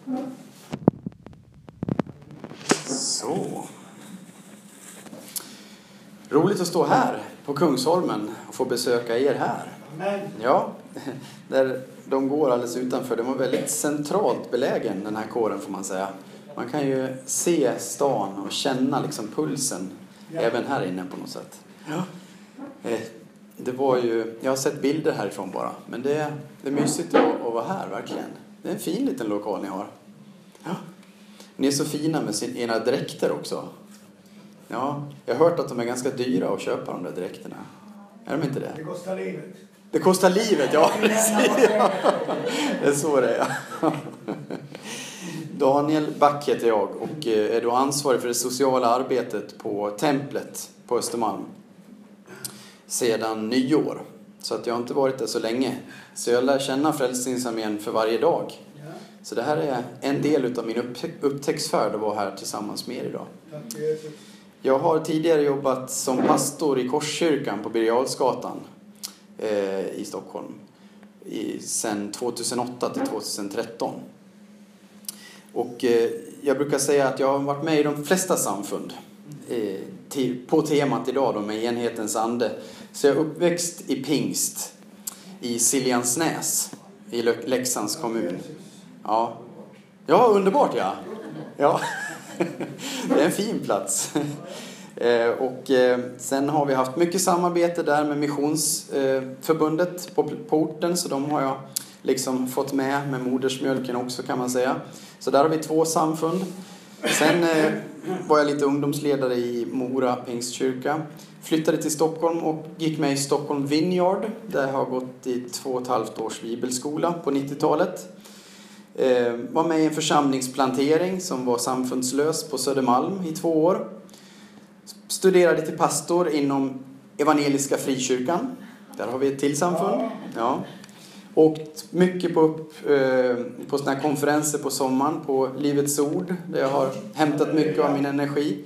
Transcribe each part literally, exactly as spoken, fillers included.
Så. Roligt att stå här på Kungsholmen och få besöka er här. Ja, där de går alldeles utanför. Det var väldigt centralt belägen, den här kåren, får man säga. Man kan ju se stan och känna liksom pulsen även här inne på något sätt. Ja. Det var ju, jag har sett bilder härifrån bara, men det, det är mysigt att, att vara här verkligen. Det är en fin liten lokal ni har. Ja. Ni är så fina med sina ena dräkter också. Ja, jag har hört att de är ganska dyra att köpa, de där dräkterna. Är de inte det? Det kostar livet. Det kostar livet, ja. Det är så det är. Daniel Back heter jag och är då ansvarig för det sociala arbetet på templet på Östermalm sedan nyår. Så att jag har inte varit där så länge. Så jag lär känna Frälsningsarmén för varje dag. Så det här är en del av min upptäcktsfärd att vara här tillsammans med er idag. Jag har tidigare jobbat som pastor i Korskyrkan på Birger Jarlsgatan eh, i Stockholm. I, sen tjugohundraåtta till tjugotretton. Och eh, jag brukar säga att jag har varit med i de flesta samfund. Eh, till, på temat idag då med enhetens ande. Så jag är uppväxt i Pingst i Siljansnäs i Leksands kommun. Ja, ja underbart ja. Ja. Det är en fin plats. Eh, och eh, sen har vi haft mycket samarbete där med missionsförbundet eh, på, på orten. Så de har jag liksom fått med med modersmjölken också, kan man säga. Så där har vi två samfund. Sen eh, var jag lite ungdomsledare i Mora Pingstkyrka. Flyttade till Stockholm och gick med i Stockholm Vineyard. Där jag har gått i två och ett halvt års bibelskola på nittiotalet. Eh, var med i en församlingsplantering som var samfundslös på Södermalm i två år. Studerade till pastor inom Evangeliska Frikyrkan. Där har vi ett till samfund. Ja. Åkt mycket på, upp, eh, på såna här konferenser på sommaren på Livets Ord. Där jag har hämtat mycket av min energi.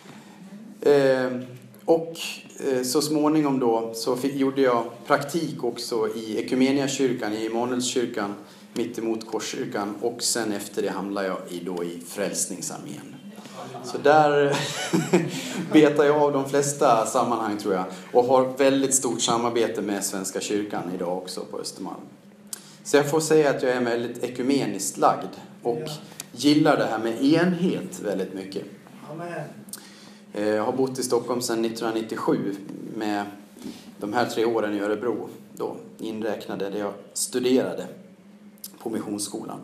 Eh, och eh, så småningom då så fick, gjorde jag praktik också i Ekumeniakyrkan, i Immanuelskyrkan, mitt emot Korskyrkan. Och sen efter det hamnade jag i, då i Frälsningsarmén. Så där betar jag av de flesta sammanhang, tror jag. Och har väldigt stort samarbete med Svenska kyrkan idag också på Östermalm. Så jag får säga att jag är väldigt ekumeniskt lagd. Och gillar det här med enhet väldigt mycket. Amen. Jag har bott i Stockholm sedan nittonhundranittiosju med de här tre åren i Örebro. Då inräknade där jag studerade på missionsskolan.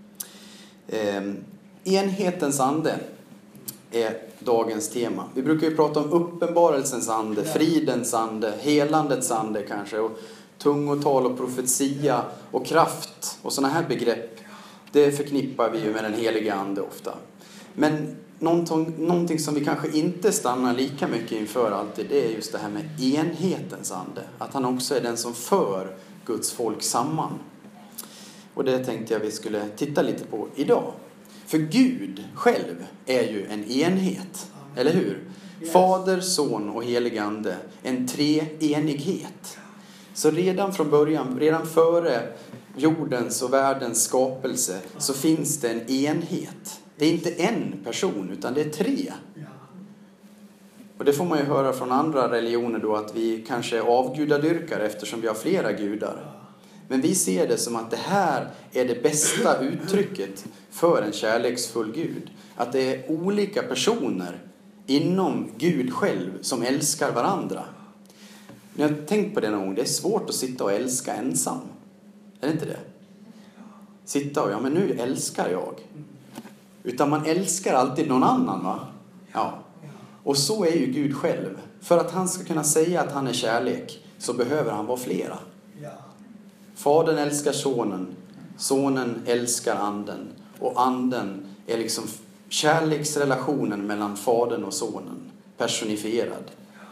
Enhetens ande är dagens tema. Vi brukar ju prata om uppenbarelsens ande, fridens ande, helandets ande kanske. Och tungotal och profetia och kraft och sådana här begrepp. Det förknippar vi ju med den heliga ande ofta. Men någonting, någonting som vi kanske inte stannar lika mycket inför alltid, det är just det här med enhetens ande. Att han också är den som för Guds folk samman. Och det tänkte jag vi skulle titta lite på idag. För Gud själv är ju en enhet, eller hur? Fader, son och helig ande, en treenighet. Så redan från början, redan före jordens och världens skapelse, så finns det en enhet. Det är inte en person, utan det är tre. Och det får man ju höra från andra religioner då, att vi kanske är avgudadyrkare eftersom vi har flera gudar. Men vi ser det som att det här är det bästa uttrycket för en kärleksfull Gud. Att det är olika personer inom Gud själv som älskar varandra. Men jag har tänkt på det någon gång. Det är svårt att sitta och älska ensam. Är det inte det? Sitta och, ja men nu älskar jag. Utan man älskar alltid någon annan, va? Ja. Och så är ju Gud själv. För att han ska kunna säga att han är kärlek så behöver han vara flera. Fadern älskar sonen. Sonen älskar anden. Och anden är liksom kärleksrelationen mellan fadern och sonen. Personifierad.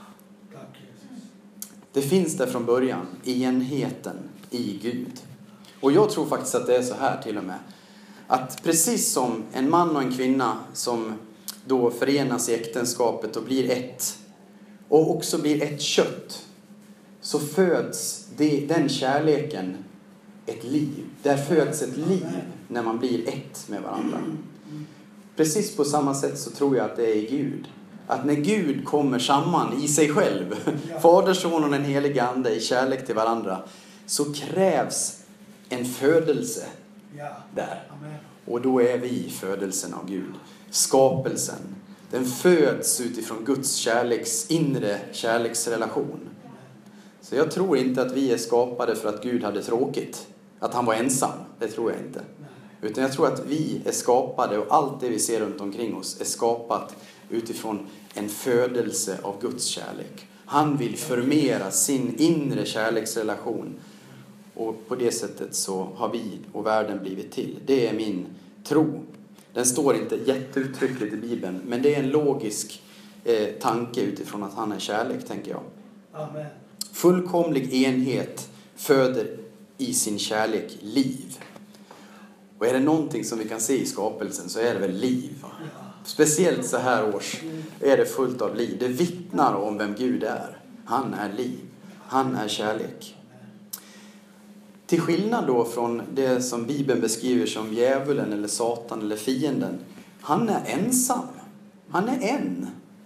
Det finns där från början. Enheten i Gud. Och jag tror faktiskt att det är så här till och med. Att precis som en man och en kvinna som då förenas i äktenskapet och blir ett. Och också blir ett kött. Så föds det, den kärleken ett liv. Där föds ett liv när man blir ett med varandra. Precis på samma sätt så tror jag att det är i Gud. Att när Gud kommer samman i sig själv, Fader, Son och den helige Ande i kärlek till varandra, så krävs en födelse där. Och då är vi födelsen av Gud. Skapelsen. Den föds utifrån Guds kärleks, inre kärleksrelation. Så jag tror inte att vi är skapade för att Gud hade tråkigt. Att han var ensam. Det tror jag inte. Utan jag tror att vi är skapade och allt det vi ser runt omkring oss är skapat utifrån en födelse av Guds kärlek. Han vill förmera sin inre kärleksrelation. Och på det sättet så har vi och världen blivit till. Det är min tro. Den står inte jätteuttryckligt i Bibeln. Men det är en logisk eh, tanke utifrån att han är kärlek, tänker jag. Amen. Fullkomlig enhet föder i sin kärlek liv. Och är det någonting som vi kan se i skapelsen så är det väl liv. Va? Speciellt så här års är det fullt av liv. Det vittnar om vem Gud är. Han är liv. Han är kärlek. Till skillnad då från det som Bibeln beskriver som djävulen eller satan eller fienden. Han är ensam. Han är en.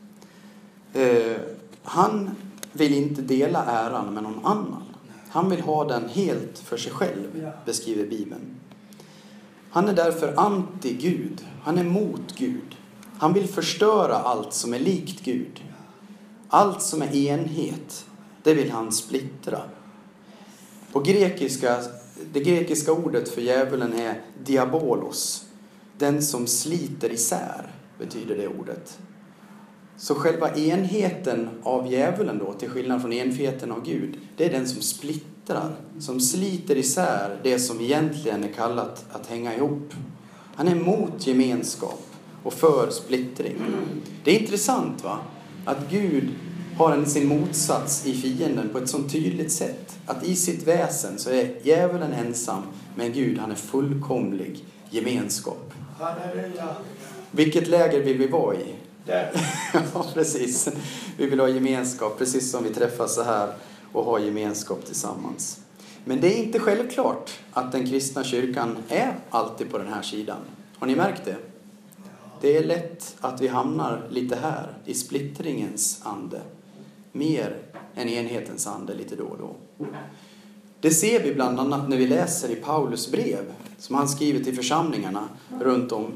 Eh, han vill inte dela äran med någon annan. Han vill ha den helt för sig själv, beskriver Bibeln. Han är därför anti-Gud. Han är mot Gud. Han vill förstöra allt som är likt Gud. Allt som är enhet, det vill han splittra. På grekiska, det grekiska ordet för djävulen är diabolos. Den som sliter isär, betyder det ordet. Så själva enheten av djävulen då, till skillnad från enheten av Gud, det är den som splittrar, som sliter isär det som egentligen är kallat att hänga ihop. Han är emot gemenskap och för splittring. Det är intressant, va? Att Gud har en sin motsats i fienden på ett så tydligt sätt. Att i sitt väsen så är djävulen ensam, men Gud, han är fullkomlig gemenskap. Halleluja. Vilket läger vill vi vara i? Där. Ja, precis. Vi vill ha gemenskap, precis som vi träffas så här och har gemenskap tillsammans. Men det är inte självklart att den kristna kyrkan är alltid på den här sidan. Har ni märkt det? Det är lätt att vi hamnar lite här i splittringens ande. Mer än enhetens ande lite då och då. Det ser vi bland annat när vi läser i Paulus brev som han skriver till församlingarna runt om.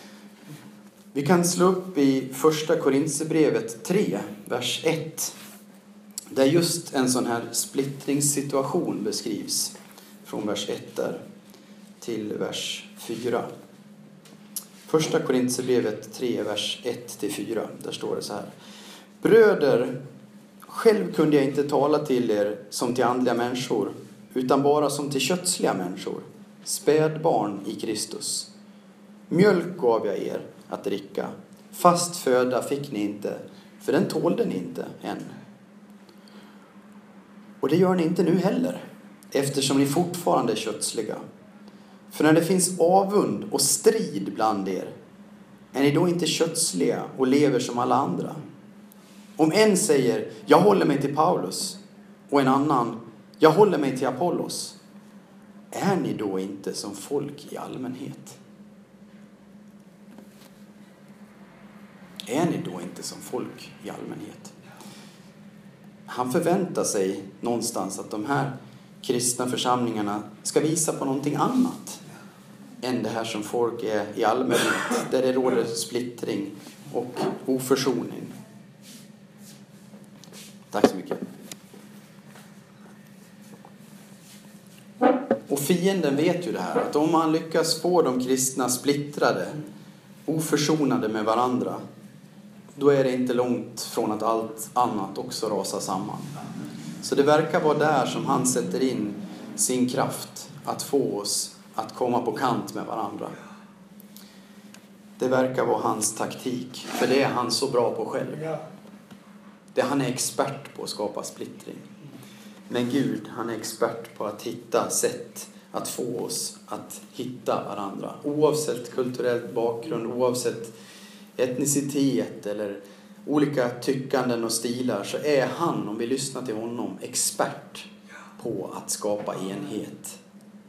Vi kan slå upp i första Korinthierbrevet tre, vers ett. Där just en sån här splittringssituation beskrivs. Från vers ett där till vers fyra. Första Korinthierbrevet tre, vers ett till fyra. Där står det så här. Bröder, själv kunde jag inte tala till er som till andliga människor, utan bara som till kötsliga människor, spädbarn i Kristus. Mjölk gav jag er att dricka, fast föda fick ni inte, för den tålde ni inte än. Och det gör ni inte nu heller, eftersom ni fortfarande är kötsliga. För när det finns avund och strid bland er, är ni då inte kötsliga och lever som alla andra? Om en säger, jag håller mig till Paulus, och en annan, jag håller mig till Apollos, är ni då inte som folk i allmänhet? Är ni då inte som folk i allmänhet? Han förväntar sig någonstans att de här kristna församlingarna ska visa på någonting annat än det här som folk är i allmänhet, där det råder splittring och oförsoning. Tack så mycket. Och fienden vet ju det här, att om man lyckas få de kristna splittrade, oförsonade med varandra, då är det inte långt från att allt annat också rasar samman. Så det verkar vara där som han sätter in sin kraft att få oss att komma på kant med varandra. Det verkar vara hans taktik, för det är han så bra på själv. Det han är expert på att skapa splittring. Men Gud, han är expert på att hitta sätt att få oss att hitta varandra. Oavsett kulturell bakgrund, oavsett etnicitet eller olika tyckanden och stilar, så är han, om vi lyssnar till honom, expert på att skapa enhet.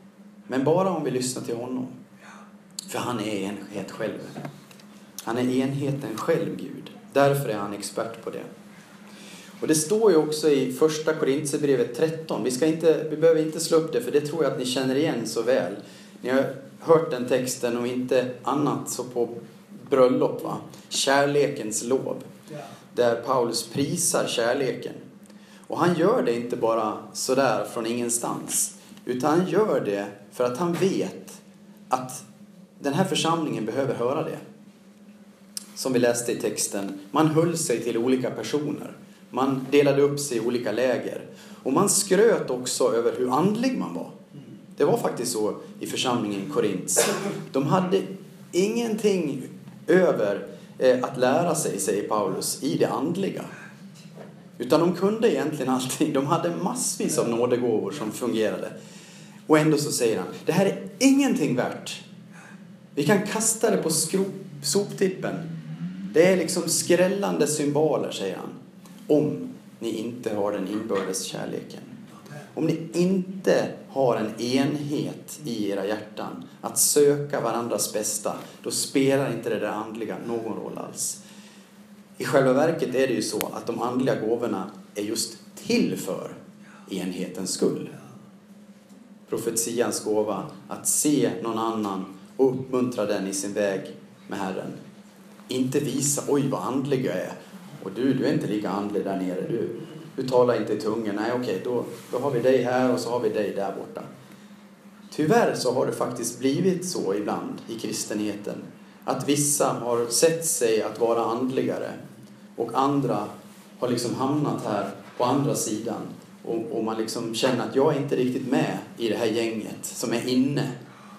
Men bara om vi lyssnar till honom. För han är enhet själv. Han är enheten själv, Gud. Därför är han expert på det. Och det står ju också i första Korinthierbrevet tretton. Vi, ska inte, vi behöver inte slå upp det, för det tror jag att ni känner igen så väl. Ni har hört den texten och inte annat så på bröllop, va? Kärlekens lov. Där Paulus prisar kärleken. Och han gör det inte bara sådär från ingenstans. Utan han gör det för att han vet att den här församlingen behöver höra det. Som vi läste i texten. Man höll sig till olika personer. Man delade upp sig i olika läger. Och man skröt också över hur andlig man var. Det var faktiskt så i församlingen Korint. De hade ingenting över att lära sig, säger Paulus, i det andliga. Utan de kunde egentligen allting. De hade massvis av nådegåvor som fungerade. Och ändå så säger han, det här är ingenting värt. Vi kan kasta det på soptippen. Det är liksom skrällande symboler, säger han. Om ni inte har den inbördes kärleken. Om ni inte har en enhet i era hjärtan. Att söka varandras bästa. Då spelar inte det där andliga någon roll alls. I själva verket är det ju så att de andliga gåvorna är just till för enhetens skull. Profetians gåva, att se någon annan och uppmuntra den i sin väg med Herren. Inte visa, oj vad andlig jag är. Och du, du är inte lika andlig där nere. Du, du talar inte i tungan. Nej okej, då, då har vi dig här och så har vi dig där borta. Tyvärr så har det faktiskt blivit så ibland i kristenheten. Att vissa har sett sig att vara andligare. Och andra har liksom hamnat här på andra sidan. Och, och man liksom känner att jag är inte riktigt med i det här gänget som är inne.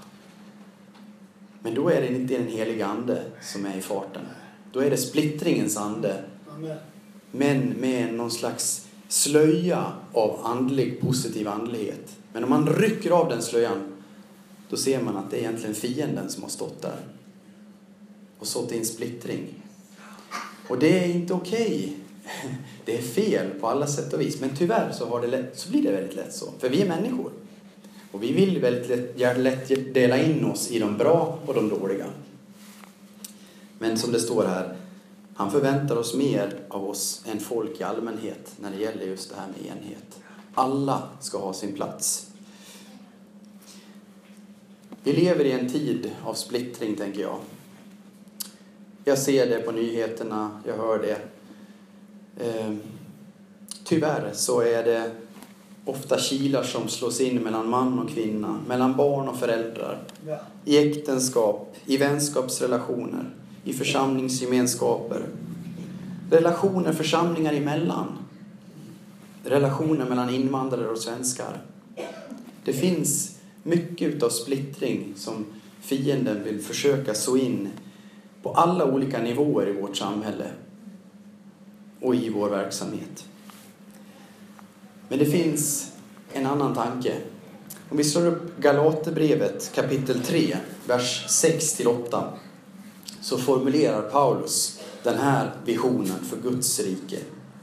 Men då är det inte den heliga ande som är i farten. Då är det splittringens ande. Amen. Men med någon slags slöja av andlig, positiv andlighet. Men om man rycker av den slöjan, då ser man att det är egentligen fienden som har stått där. Och sått in splittring. Och det är inte okej. Det är fel på alla sätt och vis. Men tyvärr så, har det lätt, så blir det väldigt lätt så. För vi är människor. Och vi vill väldigt lätt, lätt dela in oss i de bra och de dåliga. Men som det står här, han förväntar oss mer av oss än folk i allmänhet när det gäller just det här med enhet. Alla ska ha sin plats. Vi lever i en tid av splittring, tänker jag. Jag ser det på nyheterna, jag hör det. Eh, tyvärr så är det ofta kilar som slås in mellan man och kvinna, mellan barn och föräldrar, ja. I äktenskap, i vänskapsrelationer, i församlingsgemenskaper, relationer församlingar emellan, relationer mellan invandrare och svenskar. Det finns mycket av splittring som fienden vill försöka så in på alla olika nivåer i vårt samhälle och i vår verksamhet. Men det finns en annan tanke. Om vi slår upp Galaterbrevet kapitel tre, vers sex till åtta, så formulerar Paulus den här visionen för Guds rike.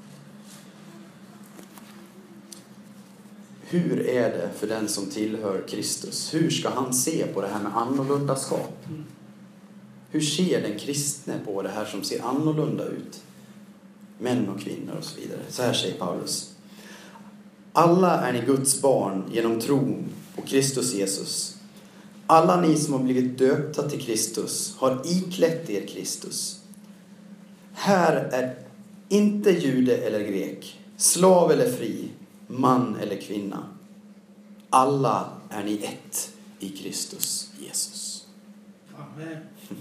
Hur är det för den som tillhör Kristus? Hur ska han se på det här med annorlundaskap? Hur ser den kristne på det här som ser annorlunda ut? Män och kvinnor och så vidare. Så här säger Paulus. Alla är ni Guds barn genom tron på Kristus Jesus. Alla ni som har blivit döpta till Kristus har iklätt er Kristus. Här är inte jude eller grek, slav eller fri, man eller kvinna. Alla är ni ett i Kristus Jesus. Amen.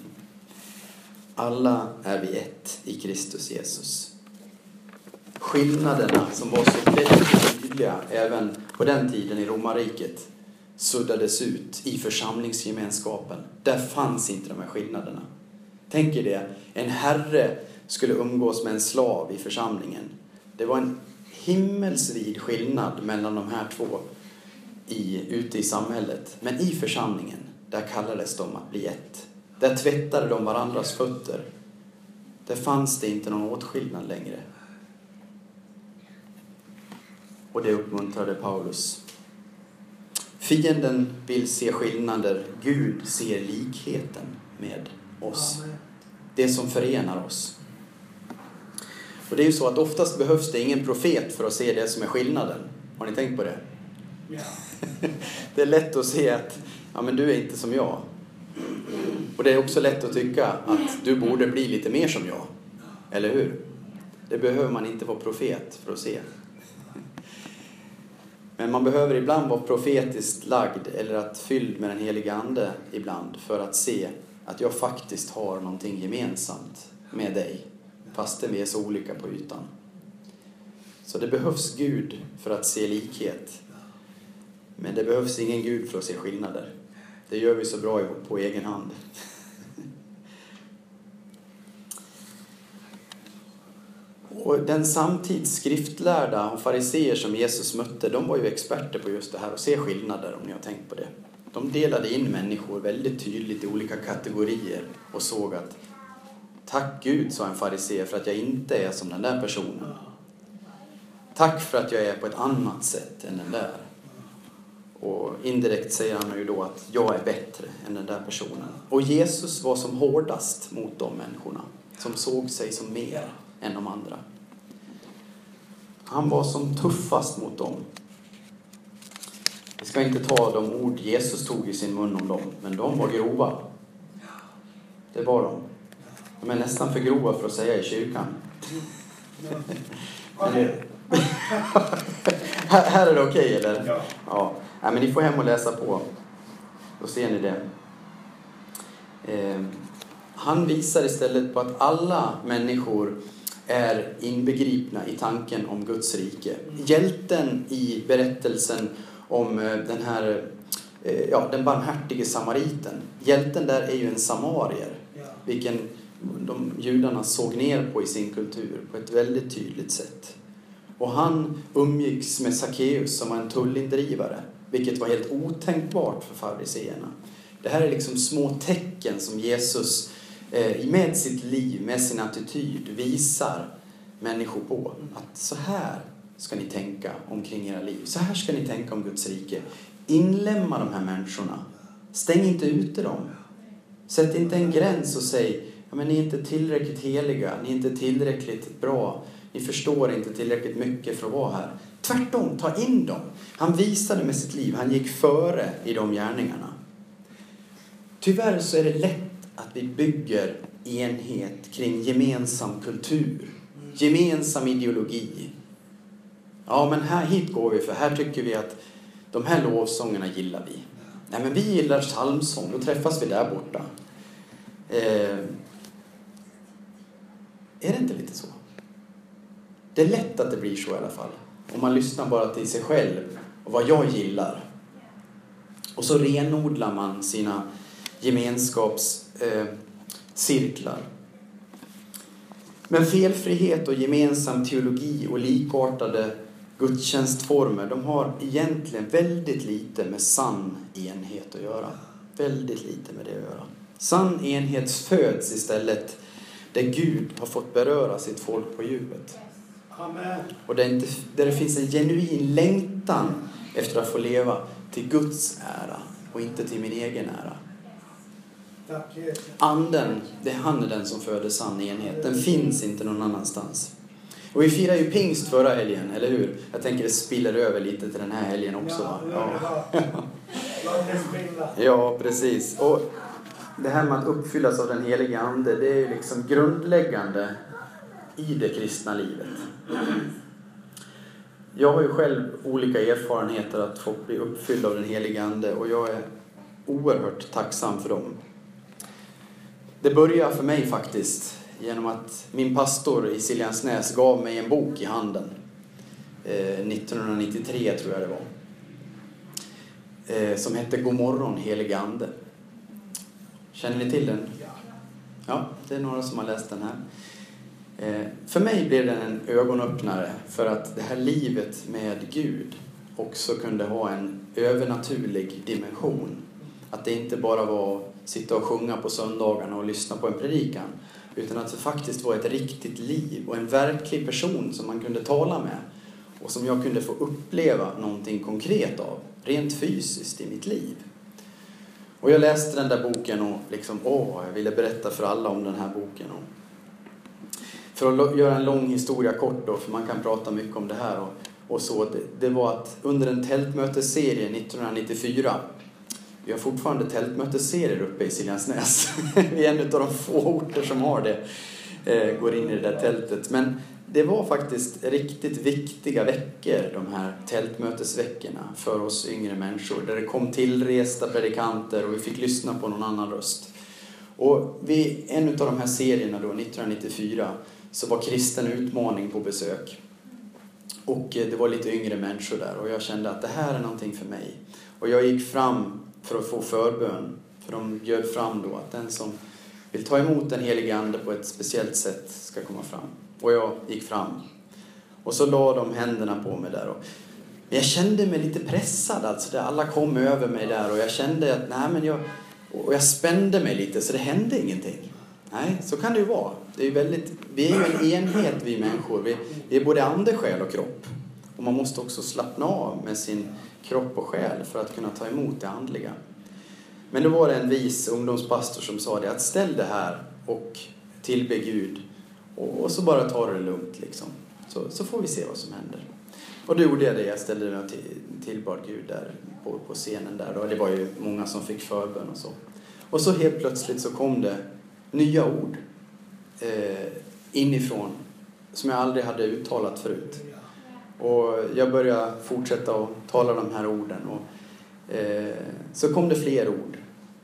Alla är vi ett i Kristus Jesus. Skillnaderna som var så väldigt tydliga även på den tiden i romarriket suddades ut i församlingsgemenskapen. Där fanns inte de här skillnaderna. Tänk er det, en herre skulle umgås med en slav i församlingen. Det var en himmelsvid skillnad mellan de här två i, ute i samhället. Men i församlingen, där kallades de att bli ett. Där tvättade de varandras fötter. Där fanns det inte någon åtskillnad längre. Och det uppmuntrade Paulus. Fienden vill se skillnader. Gud ser likheten med oss. Det som förenar oss. Och det är ju så att oftast behövs det ingen profet för att se det som är skillnaden. Har ni tänkt på det? Ja. Det är lätt att se att ja, men du är inte som jag. Och det är också lätt att tycka att du borde bli lite mer som jag. Eller hur? Det behöver man inte vara profet för att se. Men man behöver ibland vara profetiskt lagd eller att fylld med den heliga ande ibland för att se att jag faktiskt har någonting gemensamt med dig. Fastän vi är så olika på ytan. Så det behövs Gud för att se likhet. Men det behövs ingen Gud för att se skillnader. Det gör vi så bra på egen hand. Och den samtids skriftlärda och fariseer som Jesus mötte, de var ju experter på just det här att se skillnader, om ni har tänkt på det. De delade in människor väldigt tydligt i olika kategorier och såg att tack Gud, sa en fariseer, för att jag inte är som den där personen. Tack för att jag är på ett annat sätt än den där. Och indirekt säger han ju då att jag är bättre än den där personen. Och Jesus var som hårdast mot de människorna som såg sig som mer än de andra. Han var som tuffast mot dem. Vi ska inte ta de ord Jesus tog i sin mun om dem, men de var grova. Det var de. De är nästan för grova för att säga i kyrkan. det... här är det okej, okay, eller? Ja. Ja. Nej, men ni får hem och läsa på. Då ser ni det. Eh, han visar istället på att alla människor är inbegripna i tanken om Guds rike. Hjälten i berättelsen om den här, ja, den barmhärtige samariten. Hjälten där är ju en samarier, vilken de judarna såg ner på i sin kultur på ett väldigt tydligt sätt. Och han umgicks med Sackeus som var en tullindrivare, vilket var helt otänkbart för fariseerna. Det här är liksom små tecken som Jesus med sitt liv, med sin attityd visar människor på att så här ska ni tänka omkring era liv. Så här ska ni tänka om Guds rike. Inlämma de här människorna. Stäng inte ute dem. Sätt inte en gräns och säg ja, men ni är inte tillräckligt heliga. Ni är inte tillräckligt bra. Ni förstår inte tillräckligt mycket för att vara här. Tvärtom, ta in dem. Han visade med sitt liv. Han gick före i de gärningarna. Tyvärr så är det lätt att vi bygger enhet kring gemensam kultur. Gemensam ideologi. Ja, men här hit går vi, för här tycker vi att de här lovsångerna gillar vi. Nej, men vi gillar psalmsång, då träffas vi där borta. Eh, är det inte lite så? Det är lätt att det blir så i alla fall. Om man lyssnar bara till sig själv och vad jag gillar. Och så renodlar man sina gemenskapscirklar. Eh, Men felfrihet och gemensam teologi och likartade gudstjänstformer, de har egentligen väldigt lite med sann enhet att göra. Väldigt lite med det att göra. Sann enhet föds istället där Gud har fått beröra sitt folk på djupet. Amen. Och där, inte, där det finns en genuin längtan efter att få leva till Guds ära och inte till min egen ära. Anden, det är han är den som föder sann enhet. Den finns inte någon annanstans. Och vi firar ju pingst förra helgen, eller hur? Jag tänker det spiller över lite till den här helgen också. Ja, ja. Ja, precis. Och det här med att uppfyllas av den heliga ande, det är ju liksom grundläggande i det kristna livet. Jag har ju själv olika erfarenheter att få bli uppfylld av den heliga ande, och jag är oerhört tacksam för dem. Det började för mig faktiskt genom att min pastor i Siljansnäs gav mig en bok i handen. Eh, nittonhundranittiotre tror jag det var. Eh, som hette God morgon heliga ande. Känner ni till den? Ja, det är några som har läst den här. Eh, för mig blev den en ögonöppnare för att det här livet med Gud också kunde ha en övernaturlig dimension. Att det inte bara var att sitta och sjunga på söndagarna och lyssna på en predikan, utan att det faktiskt var ett riktigt liv och en verklig person som man kunde tala med och som jag kunde få uppleva någonting konkret av. rent fysiskt i mitt liv. Och jag läste den där boken och liksom, åh, jag ville berätta för alla om den här boken. Och för att göra en lång historia kort då, för man kan prata mycket om det här och, och så. Det, det var att under en tältmötesserie nittonhundranittiofyra, vi har fortfarande tältmötesserier uppe i Siljansnäs. Vi är en av de få orter som har det, eh, går in i det där tältet. Men det var faktiskt riktigt viktiga veckor, de här tältmötesveckorna för oss yngre människor. Där det kom tillresta predikanter och vi fick lyssna på någon annan röst. Och vid en av de här serierna då, nittonhundranittiofyra, så var Kristen utmaning på besök. Och det var lite yngre människor där och jag kände att det här är någonting för mig. Och jag gick fram för att få förbön. För de bjöd fram då att den som vill ta emot den helige ande på ett speciellt sätt ska komma fram. Och jag gick fram. Och så la de händerna på mig där. Och jag kände mig lite pressad. Alltså där alla kom över mig där. Och jag kände att nej men jag... Och jag spände mig lite så det hände ingenting. Nej, så kan det ju vara. Det är ju väldigt, vi är ju en enhet vi människor. Vi, vi är både ande, själ och kropp. Och man måste också slappna av med sin kropp och själ för att kunna ta emot det andliga. Men då var det en vis ungdomspastor som sa det, att ställ det här och tillbe Gud. Och, och så bara ta det lugnt liksom. Så, så får vi se vad som händer. Och då gjorde jag det. Jag ställde mig till, tillbad Gud där på, på scenen där. Och det var ju många som fick förbön och så. Och så helt plötsligt så kom det nya ord eh, inifrån som jag aldrig hade uttalat förut. Och jag började fortsätta att tala de här orden. Och eh, så kom det fler ord.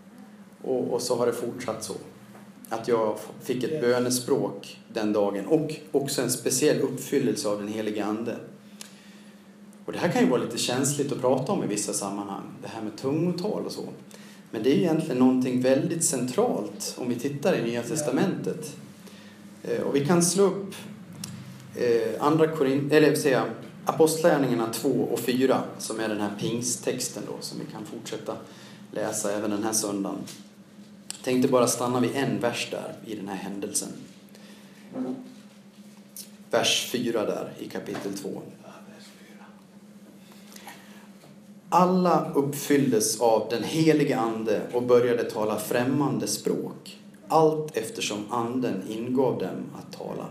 Och, och så har det fortsatt så. Att jag fick ett bönespråk den dagen. Och också en speciell uppfyllelse av den helige ande. Och det här kan ju vara lite känsligt att prata om i vissa sammanhang. Det här med tungotal och så. Men det är egentligen någonting väldigt centralt om vi tittar i Nya Testamentet. Eh, och vi kan slå upp eh, andra Korin- eller vill säga Apostlagärningarna två och fyra som är den här pingstexten då som vi kan fortsätta läsa även den här söndagen. Jag tänkte bara stanna vid en vers där i den här händelsen. Vers fyra där i kapitel två. Alla uppfylldes av den helige ande och började tala främmande språk. Allt eftersom anden ingav dem att tala.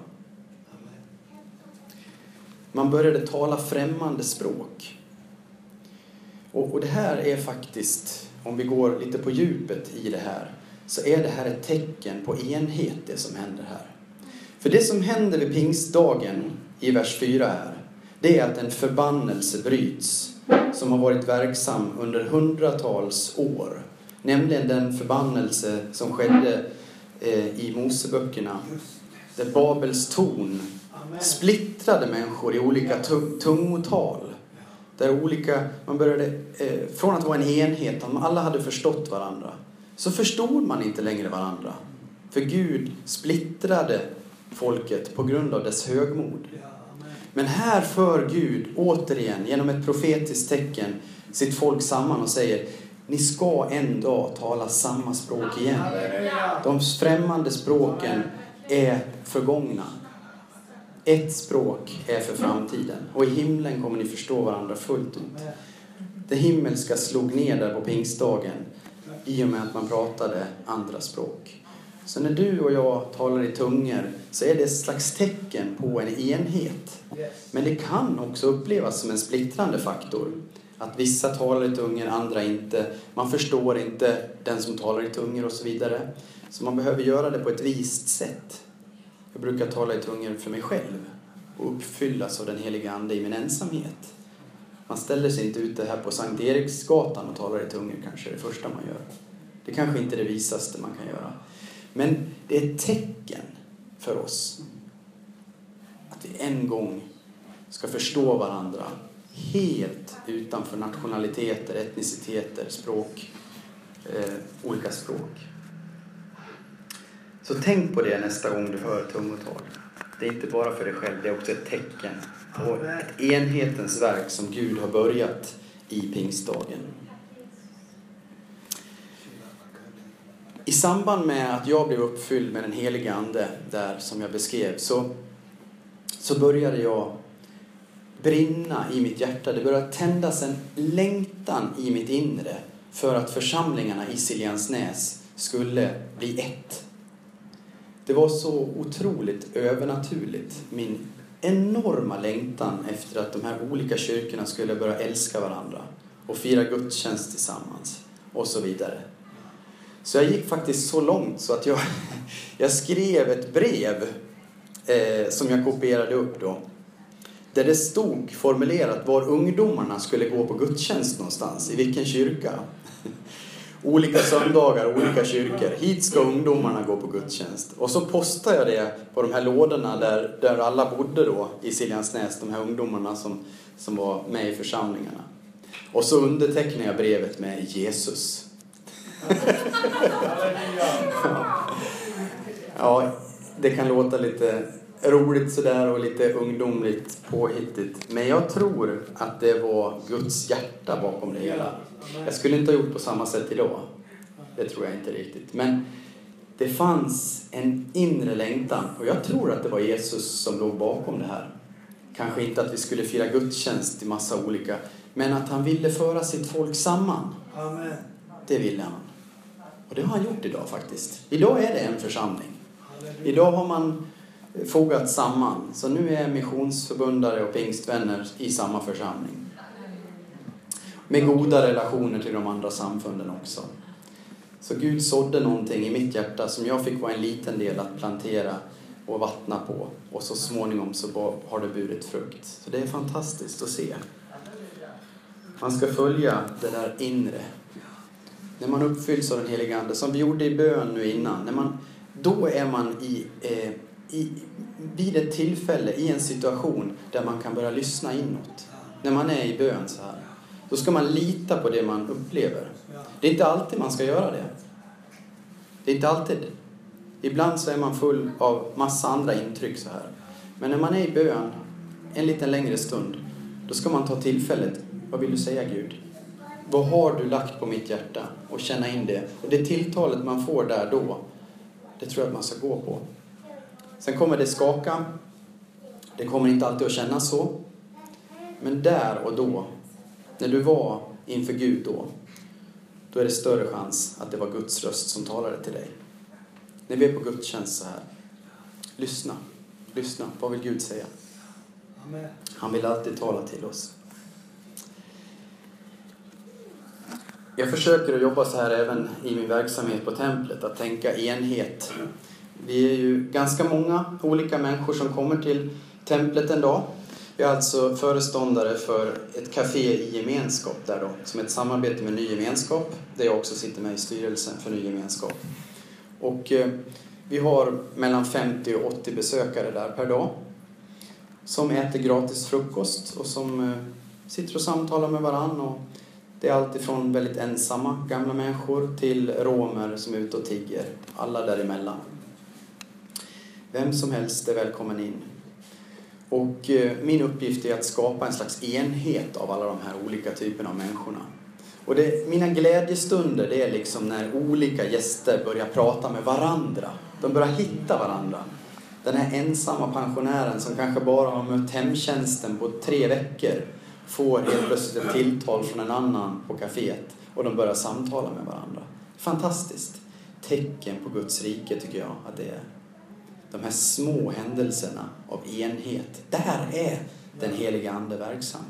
Man började tala främmande språk. Och, och det här är faktiskt, om vi går lite på djupet i det här, så är det här ett tecken på enhet det som händer här. För det som händer vid pingstdagen i vers fyra här, det är att en förbannelse bryts som har varit verksam under hundratals år. Nämligen den förbannelse som skedde eh, i Moseböckerna. Där Babels torn splittrade människor i olika tungotal. Där olika, man började, eh, från att vara en enhet, om alla hade förstått varandra, så förstod man inte längre varandra. För Gud splittrade folket på grund av dess högmod. Men här för Gud återigen genom ett profetiskt tecken sitt folk samman och säger: ni ska en dag tala samma språk igen. De främmande språken är förgångna. Ett språk är för framtiden. Och i himlen kommer ni förstå varandra fullt ut. Det himmelska slog ner där på pingstdagen i och med att man pratade andra språk. Så när du och jag talar i tungor så är det ett slags tecken på en enhet. Men det kan också upplevas som en splittrande faktor. Att vissa talar i tungor, andra inte. Man förstår inte den som talar i tungor och så vidare. Så man behöver göra det på ett vist sätt. Jag brukar tala i tungor för mig själv och uppfyllas av den heliga ande i min ensamhet. Man ställer sig inte ute här på Sankt Eriksgatan och talar i tungor kanske det första man gör. Det kanske inte är det visaste man kan göra. Men det är ett tecken för oss att vi en gång ska förstå varandra helt utanför nationaliteter, etniciteter, språk, eh, olika språk. Så tänk på det nästa gång du hör tungotal. Det är inte bara för dig själv, det är också ett tecken på ett enhetens verk som Gud har börjat i pingstdagen. I samband med att jag blev uppfylld med den heliga ande där som jag beskrev så, så började jag brinna i mitt hjärta. Det började tändas en längtan i mitt inre för att församlingarna i Siljansnäs skulle bli ett. Det var så otroligt övernaturligt. Min enorma längtan efter att de här olika kyrkorna skulle börja älska varandra och fira gudstjänst tillsammans och så vidare. Så jag gick faktiskt så långt så att jag, jag skrev ett brev eh, som jag kopierade upp då. Där det stod formulerat var ungdomarna skulle gå på gudstjänst någonstans, i vilken kyrka. Olika söndagar, olika kyrkor. Hit ska ungdomarna gå på gudstjänst. Och så postade jag det på de här lådorna där, där alla bodde då i Siljansnäs, de här ungdomarna som, som var med i församlingarna. Och så undertecknade jag brevet med Jesus. Ja, det kan låta lite roligt sådär och lite ungdomligt påhittigt. Men jag tror att det var Guds hjärta bakom det hela. Jag skulle inte ha gjort på samma sätt idag. Det tror jag inte riktigt. Men det fanns en inre längtan. Och jag tror att det var Jesus som låg bakom det här. Kanske inte att vi skulle fira gudstjänst i massa olika. Men att han ville föra sitt folk samman. Amen. Det ville han. Och det har han gjort idag faktiskt. Idag är det en församling. Idag har man fogat samman. Så nu är missionsförbundare och pingstvänner i samma församling. Med goda relationer till de andra samfunden också. Så Gud sådde någonting i mitt hjärta som jag fick vara en liten del att plantera och vattna på. Och så småningom så har det burit frukt. Så det är fantastiskt att se. Man ska följa det där inre. När man uppfylls av den heliga ande, som vi gjorde i bön nu innan. När man, då är man i, eh, i, vid ett tillfälle, i en situation där man kan börja lyssna inåt. När man är i bön så här. Då ska man lita på det man upplever. Det är inte alltid man ska göra det. Det är inte alltid. Ibland så är man full av massa andra intryck så här. Men när man är i bön en liten längre stund, då ska man ta tillfället. Vad vill du säga, Gud? Vad har du lagt på mitt hjärta? Och känna in det. Och det tilltalet man får där då, det tror jag att man ska gå på. Sen kommer det skaka. Det kommer inte alltid att kännas så. Men där och då, när du var inför Gud då, då är det större chans att det var Guds röst som talade till dig. När vi är på gudstjänst så här, lyssna. Lyssna. Vad vill Gud säga? Amen. Han vill alltid tala till oss. Jag försöker att jobba så här även i min verksamhet på templet. Att tänka enhet. Vi är ju ganska många olika människor som kommer till templet en dag. Jag är alltså föreståndare för ett café i gemenskap där då. Som ett samarbete med Ny Gemenskap. Där jag också sitter med i styrelsen för Ny Gemenskap. Och eh, vi har mellan femtio och åttio besökare där per dag. Som äter gratis frukost och som eh, sitter och samtalar med varann. Och det är alltid från väldigt ensamma gamla människor till romer som är ute och tigger. Alla däremellan. Vem som helst är välkommen in. Och eh, min uppgift är att skapa en slags enhet av alla de här olika typerna av människorna. Och det, mina glädjestunder, det är liksom när olika gäster börjar prata med varandra. De börjar hitta varandra. Den här ensamma pensionären som kanske bara har mött hemtjänsten på tre veckor får helt plötsligt ett tilltal från en annan på kaféet. Och de börjar samtala med varandra. Fantastiskt. Tecken på Guds rike tycker jag att det är. De här små händelserna av enhet. Där är den heliga ande verksam.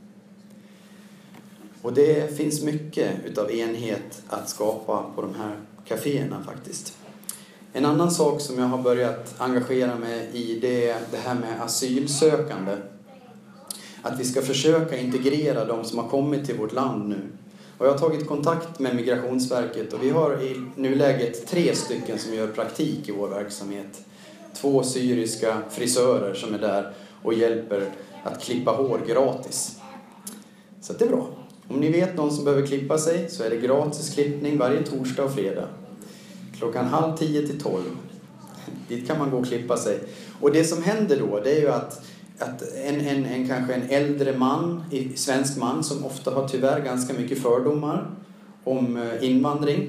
Och det finns mycket utav enhet att skapa på de här kaféerna faktiskt. En annan sak som jag har börjat engagera mig i, det är det här med asylsökande. Att vi ska försöka integrera de som har kommit till vårt land nu. Och jag har tagit kontakt med Migrationsverket och vi har i nuläget tre stycken som gör praktik i vår verksamhet. Två syriska frisörer som är där och hjälper att klippa hår gratis. Så det är bra. Om ni vet någon som behöver klippa sig så är det gratis klippning varje torsdag och fredag. Klockan halv tio till tolv. Dit kan man gå och klippa sig. Och det som händer då, det är ju att, att en, en, en kanske en äldre man, en svensk man som ofta har tyvärr ganska mycket fördomar om invandring.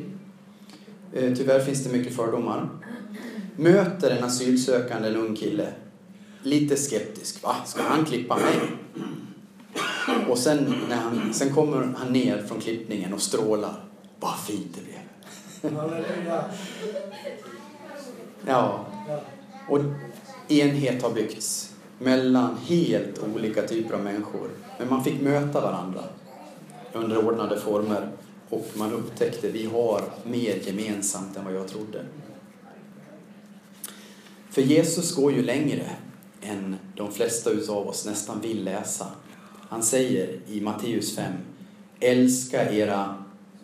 Tyvärr finns det mycket fördomar. Möter en asylsökande, en ung kille. lite skeptisk. Va? Ska han klippa mig? Och sen, när han, sen kommer han ner från klippningen och strålar. Vad fint det blev. Ja. Och enhet har byggts mellan helt olika typer av människor. Men man fick möta varandra under ordnade former. Och man upptäckte att vi har mer gemensamt än vad jag trodde. För Jesus går ju längre än de flesta av oss nästan vill läsa. Han säger i Matteus fem: älska era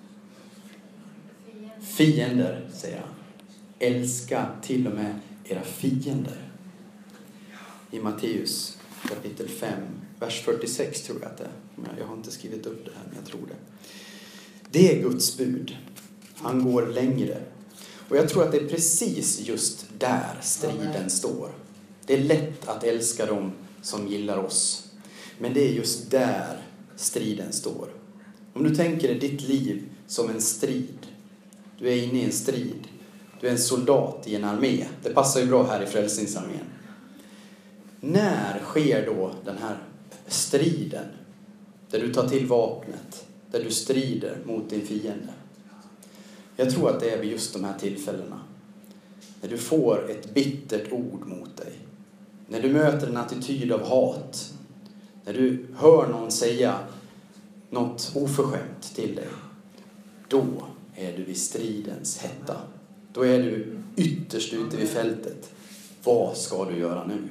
fiender, säger han. Älska till och med era fiender. I Matteus kapitel fem, vers fyrtiosex tror jag att det är. Jag har inte skrivit upp det här, men jag tror det. Det är Guds bud. Han går längre. Och jag tror att det är precis just där striden står. Det är lätt att älska dem som gillar oss. Men det är just där striden står. Om du tänker dig ditt liv som en strid. Du är inne i en strid. Du är en soldat i en armé. Det passar ju bra här i Frälsningsarmén. När sker då den här striden? Där du tar till vapnet. Där du strider mot din fiende. Jag tror att det är vid just de här tillfällena. När du får ett bittert ord mot dig. När du möter en attityd av hat. När du hör någon säga något oförskämt till dig. Då är du vid stridens hetta. Då är du ytterst ute vid fältet. Vad ska du göra nu?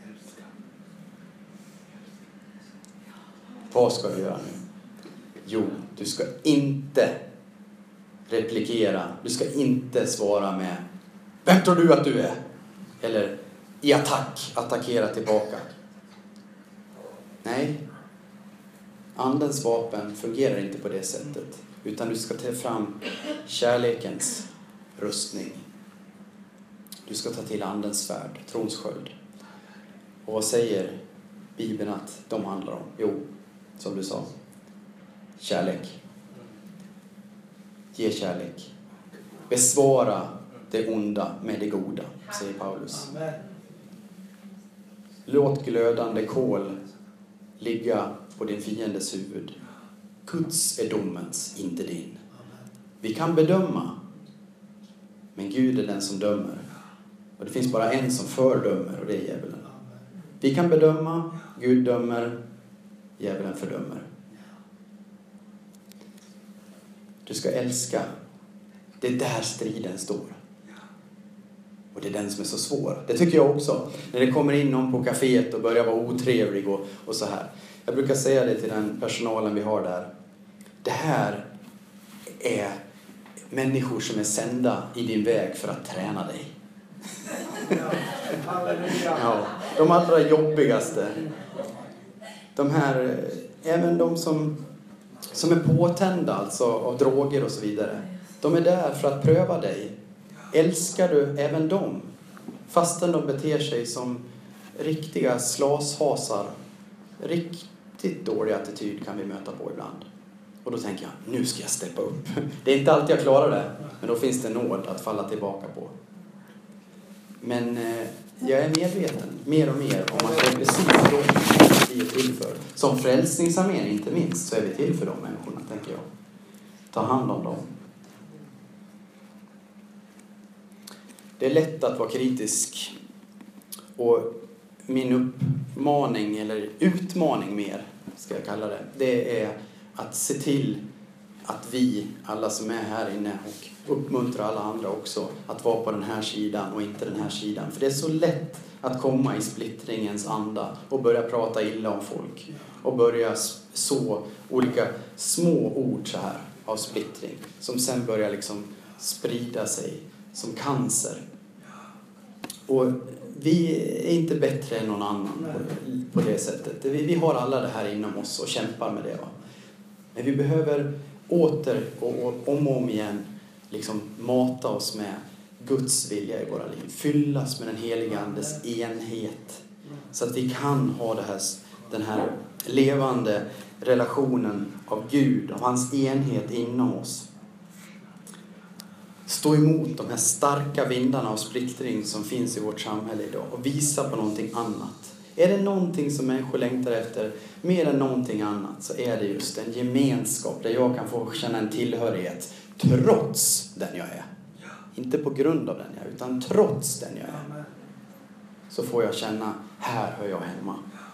Vad ska du göra nu? Jo, du ska inte replikera. Du ska inte svara med vem tror du att du är? Eller i attack, attackera tillbaka. Nej. Andens vapen fungerar inte på det sättet. Utan du ska ta fram kärlekens rustning. Du ska ta till andens svärd, trons sköld. Och vad säger Bibeln att de handlar om? Jo, som du sa. Kärlek. Ge kärlek. Besvara det onda med det goda, säger Paulus. Låt glödande kol ligga på din fiendes huvud. Guds är domens, inte din. Vi kan bedöma, men Gud är den som dömer. Och det finns bara en som fördömer, och det är djävulen. Vi kan bedöma, Gud dömer, djävulen fördömer. Du ska älska. Det är där striden står. Och det är den som är så svår. Det tycker jag också. När det kommer in någon på kaféet och börjar vara otrevlig och, och så här. Jag brukar säga det till den personalen vi har där. Det här är människor som är sända i din väg för att träna dig. Ja, de allra jobbigaste. De här, även de som, som är påtända alltså av droger och så vidare. De är där för att pröva dig. Älskar du även dem? Fastän de beter sig som riktiga slashasar. Riktigt dålig attityd kan vi möta på ibland. Och då tänker jag, nu ska jag steppa upp. Det är inte alltid jag klarar det. Men då finns det nåd att falla tillbaka på. Men eh, jag är medveten mer och mer om att det är precis de vi är till för. Som Frälsningsarmén inte minst så är vi till för de människorna, tänker jag. Ta hand om dem. Det är lätt att vara kritisk. Och min uppmaning, eller utmaning mer, ska jag kalla det. Det är att se till att vi, alla som är här inne, och uppmuntra alla andra också att vara på den här sidan och inte den här sidan. För det är så lätt att komma i splittringens anda och börja prata illa om folk. Och börja så olika små ord så här av splittring. Som sen börjar liksom sprida sig som cancer. Och vi är inte bättre än någon annan på, på det sättet. Vi, vi har alla det här inom oss och kämpar med det. Va? Men vi behöver åter och, och om och om igen liksom mata oss med Guds vilja i våra liv. Fyllas med den heliga andes enhet. Så att vi kan ha det här, den här levande relationen av Gud, av hans enhet inom oss. stå emot de här starka vindarna av splittring som finns i vårt samhälle idag och visa på någonting annat. Är det någonting som människor längtar efter mer än någonting annat, så är det just en gemenskap där jag kan få känna en tillhörighet trots den jag är. Inte på grund av den jag är, utan trots den jag är. Så får jag känna, här hör jag hemma.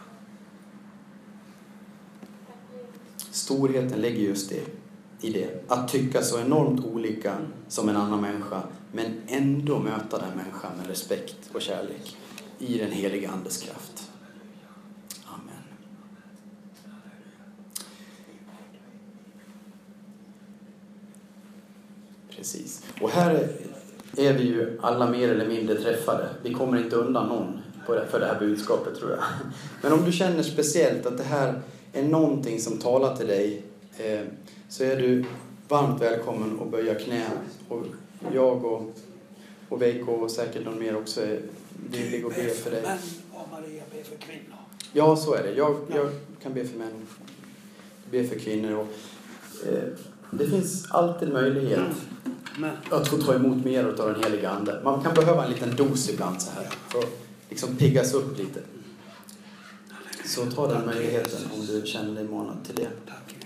Storheten ligger just det, i det. Att tycka så enormt olika som en annan människa, men ändå möta den människan med respekt och kärlek i den heliga Andes kraft. Amen. Precis. Och här är vi ju alla mer eller mindre träffade. Vi kommer inte undan någon för det här budskapet, tror jag. Men om du känner speciellt att det här är någonting som talar till dig, så är du varmt välkommen att böja knä. Och jag och, och Veiko och säkert någon mer också är villig att be för dig. Män och Maria ber för kvinnor. Ja, så är det. Jag, jag kan be för män. Be för kvinnor. Och, eh, det finns alltid möjlighet Men. att få ta emot mer av den heliga ande. Man kan behöva en liten dos ibland så här. För att liksom piggas upp lite. Så ta den möjligheten om du känner dig manad till det.